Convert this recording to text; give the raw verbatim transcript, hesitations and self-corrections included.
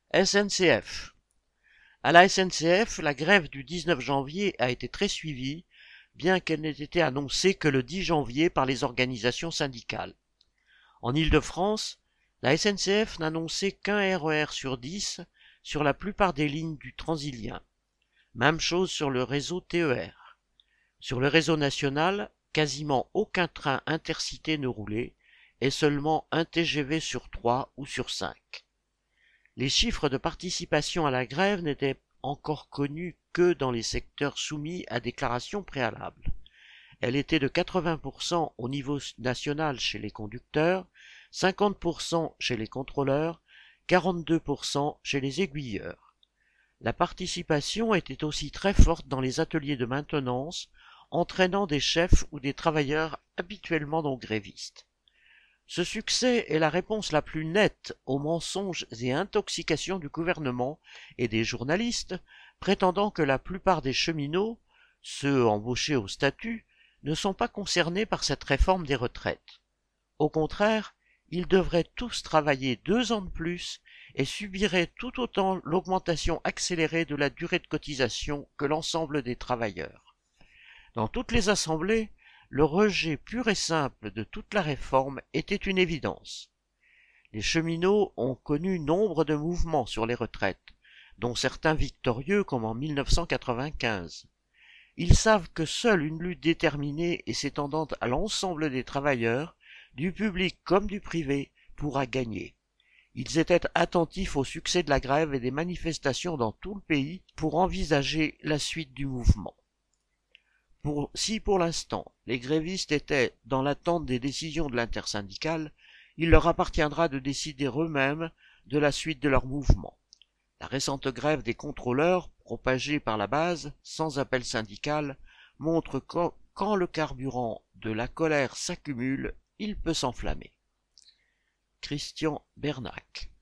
S N C F. À la S N C F, la grève du dix-neuf janvier a été très suivie, bien qu'elle n'ait été annoncée que le dix janvier par les organisations syndicales. En Île-de-France, la S N C F n'annonçait qu'un R E R sur dix sur la plupart des lignes du Transilien. Même chose sur le réseau T E R. Sur le réseau national, quasiment aucun train intercité ne roulait et seulement un T G V sur trois ou sur cinq. Les chiffres de participation à la grève n'étaient encore connus que dans les secteurs soumis à déclaration préalable. Elle était de quatre-vingts pour cent au niveau national chez les conducteurs, cinquante pour cent chez les contrôleurs, quarante-deux pour cent chez les aiguilleurs. La participation était aussi très forte dans les ateliers de maintenance, entraînant des chefs ou des travailleurs habituellement non grévistes. Ce succès est la réponse la plus nette aux mensonges et intoxications du gouvernement et des journalistes, prétendant que la plupart des cheminots, ceux embauchés au statut, ne sont pas concernés par cette réforme des retraites. Au contraire, ils devraient tous travailler deux ans de plus et subiraient tout autant l'augmentation accélérée de la durée de cotisation que l'ensemble des travailleurs. Dans toutes les assemblées, le rejet pur et simple de toute la réforme était une évidence. Les cheminots ont connu nombre de mouvements sur les retraites, dont certains victorieux comme en mille neuf cent quatre-vingt-quinze. Ils savent que seule une lutte déterminée et s'étendant à l'ensemble des travailleurs, du public comme du privé, pourra gagner. Ils étaient attentifs au succès de la grève et des manifestations dans tout le pays pour envisager la suite du mouvement. Pour, si pour l'instant les grévistes étaient dans l'attente des décisions de l'intersyndicale, il leur appartiendra de décider eux-mêmes de la suite de leur mouvement. La récente grève des contrôleurs, propagée par la base, sans appel syndical, montre qu'en, quand le carburant de la colère s'accumule, il peut s'enflammer. Christian Bernac.